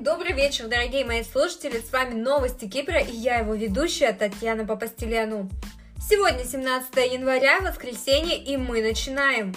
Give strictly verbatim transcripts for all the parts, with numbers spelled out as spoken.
Добрый вечер, дорогие мои слушатели, с вами Новости Кипра и я его ведущая Татьяна Папастеляну. Сегодня семнадцатое января, воскресенье, и мы начинаем.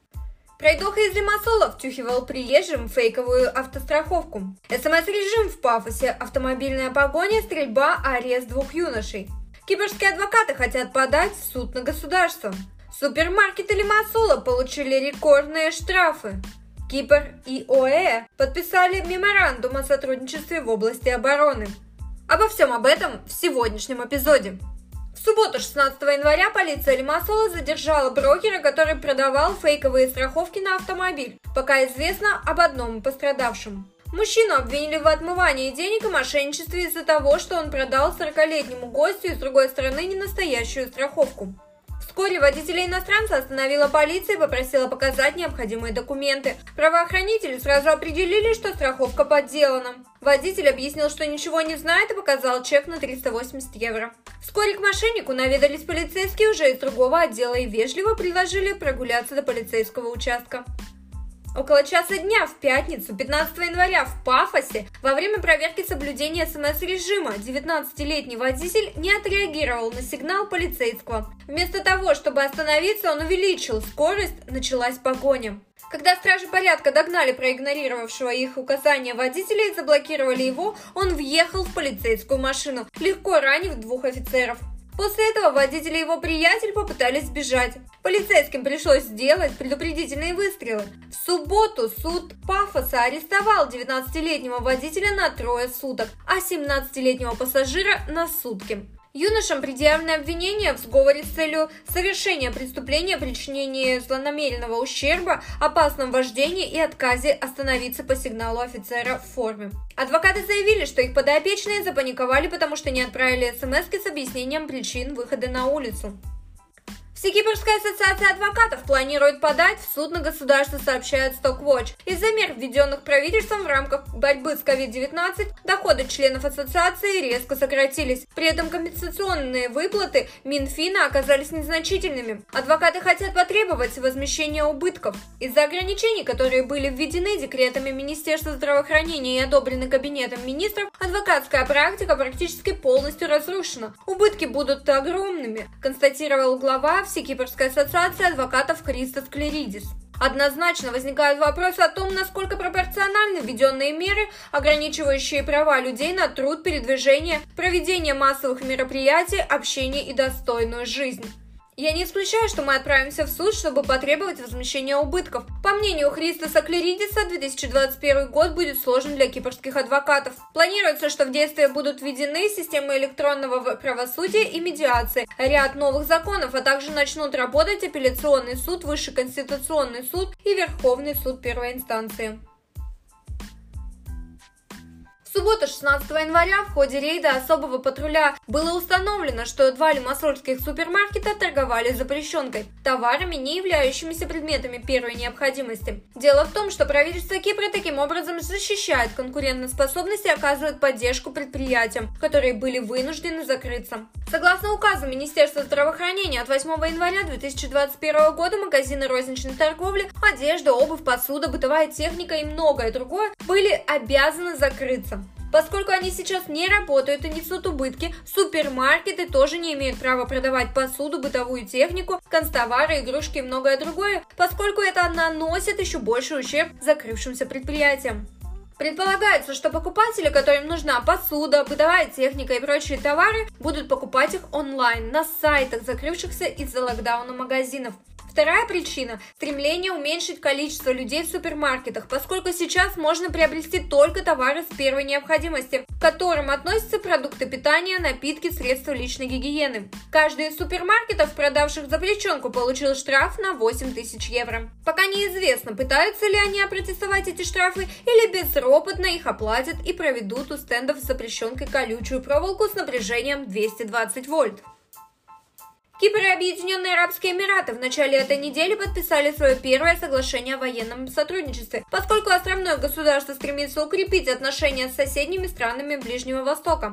Пройдоха из Лимассола втюхивал приезжим фейковую автостраховку. СМС-режим в Пафосе, автомобильная погоня, стрельба, арест двух юношей. Кипрские адвокаты хотят подать в суд на государство. Супермаркеты Лимассола получили рекордные штрафы. Кипр и ОЭ подписали меморандум о сотрудничестве в области обороны. Обо всем об этом в сегодняшнем эпизоде. В субботу, шестнадцатого января, полиция Лимассола задержала брокера, который продавал фейковые страховки на автомобиль. Пока известно об одном пострадавшем. Мужчину обвинили в отмывании денег и мошенничестве из-за того, что он продал сорокалетнему гостю из другой страны ненастоящую страховку. Вскоре водителя иностранца остановила полиция и попросила показать необходимые документы. Правоохранители сразу определили, что страховка подделана. Водитель объяснил, что ничего не знает, и показал чек на триста восемьдесят евро. Вскоре к мошеннику наведались полицейские уже из другого отдела и вежливо предложили прогуляться до полицейского участка. Около часа дня в пятницу, пятнадцатого января, в Пафосе во время проверки соблюдения СМС-режима девятнадцатилетний водитель не отреагировал на сигнал полицейского. Вместо того, чтобы остановиться, он увеличил скорость, началась погоня. Когда стражи порядка догнали проигнорировавшего их указания водителя и заблокировали его, он въехал в полицейскую машину, легко ранив двух офицеров. После этого водитель и его приятель попытались сбежать. Полицейским пришлось сделать предупредительные выстрелы. В субботу суд Пафоса арестовал девятнадцатилетнего водителя на трое суток, а семнадцатилетнего пассажира на сутки. Юношам предъявлены обвинения в сговоре с целью совершения преступления, причинения злонамеренного ущерба, опасном вождении и отказе остановиться по сигналу офицера в форме. Адвокаты заявили, что их подопечные запаниковали, потому что не отправили смс-ки с объяснением причин выхода на улицу. Всекипрская ассоциация адвокатов планирует подать в суд на государство, сообщает Stockwatch. Из-за мер, введенных правительством в рамках борьбы с ковид девятнадцать, доходы членов ассоциации резко сократились. При этом компенсационные выплаты Минфина оказались незначительными. Адвокаты хотят потребовать возмещения убытков. Из-за ограничений, которые были введены декретами Министерства здравоохранения и одобрены Кабинетом министров, адвокатская практика практически полностью разрушена. Убытки будут огромными, констатировал глава Всекипрской ассоциации адвокатов Христос Клеридис. Однозначно возникают вопросы о том, насколько пропорциональны введенные меры, ограничивающие права людей на труд, передвижение, проведение массовых мероприятий, общение и достойную жизнь. Я не исключаю, что мы отправимся в суд, чтобы потребовать возмещения убытков. По мнению Христоса Клеридиса, две тысячи двадцать первый год будет сложен для кипрских адвокатов. Планируется, что в действие будут введены системы электронного правосудия и медиации, ряд новых законов, а также начнут работать апелляционный суд, Высший конституционный суд и Верховный суд первой инстанции. В субботу, шестнадцатого января, в ходе рейда особого патруля было установлено, что два лимассольских супермаркета торговали запрещенкой, товарами, не являющимися предметами первой необходимости. Дело в том, что правительство Кипра таким образом защищает конкурентоспособность и оказывает поддержку предприятиям, которые были вынуждены закрыться. Согласно указу Министерства здравоохранения от восьмого января две тысячи двадцать первого года, магазины розничной торговли, одежда, обувь, посуда, бытовая техника и многое другое были обязаны закрыться. Поскольку они сейчас не работают и несут убытки, супермаркеты тоже не имеют права продавать посуду, бытовую технику, канцтовары, игрушки и многое другое, поскольку это наносит еще больший ущерб закрывшимся предприятиям. Предполагается, что покупатели, которым нужна посуда, бытовая техника и прочие товары, будут покупать их онлайн на сайтах закрывшихся из-за локдауна магазинов. Вторая причина – стремление уменьшить количество людей в супермаркетах, поскольку сейчас можно приобрести только товары с первой необходимости, к которым относятся продукты питания, напитки, средства личной гигиены. Каждый из супермаркетов, продавших запрещенку, получил штраф на восемь тысяч евро. Пока неизвестно, пытаются ли они опротестовать эти штрафы или безропотно их оплатят и проведут у стендов с запрещенкой колючую проволоку с напряжением двести двадцать вольт. Кипр и Объединенные Арабские Эмираты в начале этой недели подписали свое первое соглашение о военном сотрудничестве, поскольку островное государство стремится укрепить отношения с соседними странами Ближнего Востока.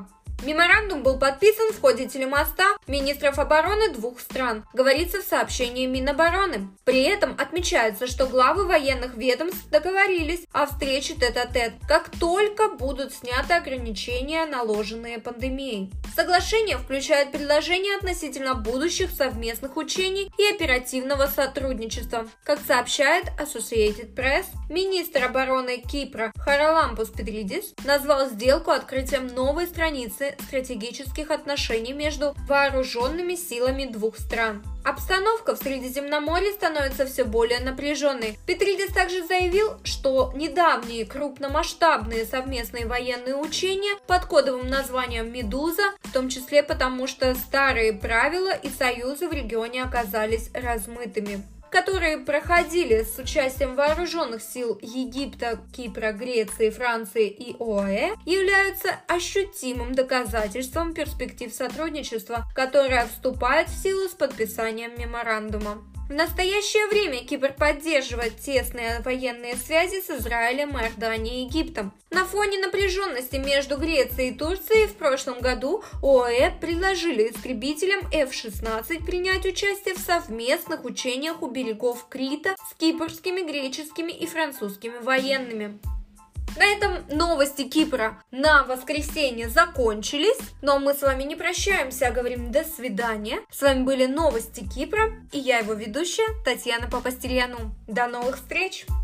Меморандум был подписан в ходе телемоста министров обороны двух стран, говорится в сообщении Минобороны. При этом отмечается, что главы военных ведомств договорились о встрече тет-а-тет, как только будут сняты ограничения, наложенные пандемией. Соглашение включает предложения относительно будущих совместных учений и оперативного сотрудничества. Как сообщает Associated Press, министр обороны Кипра Харалампус Петридис назвал сделку открытием новой страницы стратегических отношений между вооруженными силами двух стран. Обстановка в Средиземноморье становится все более напряженной. Петридис также заявил, что недавние крупномасштабные совместные военные учения под кодовым названием «Медуза», в том числе потому, что старые правила и союзы в регионе оказались размытыми, которые проходили с участием вооруженных сил Египта, Кипра, Греции, Франции и ОАЭ, являются ощутимым доказательством перспектив сотрудничества, которое вступает в силу с подписанием меморандума. В настоящее время Кипр поддерживает тесные военные связи с Израилем, Иорданией и Египтом. На фоне напряженности между Грецией и Турцией в прошлом году ОАЭ предложили истребителям эф шестнадцать принять участие в совместных учениях у берегов Крита с кипрскими, греческими и французскими военными. На этом новости Кипра на воскресенье закончились, но мы с вами не прощаемся, а говорим до свидания. С вами были новости Кипра и я его ведущая Татьяна Папастельяну. До новых встреч!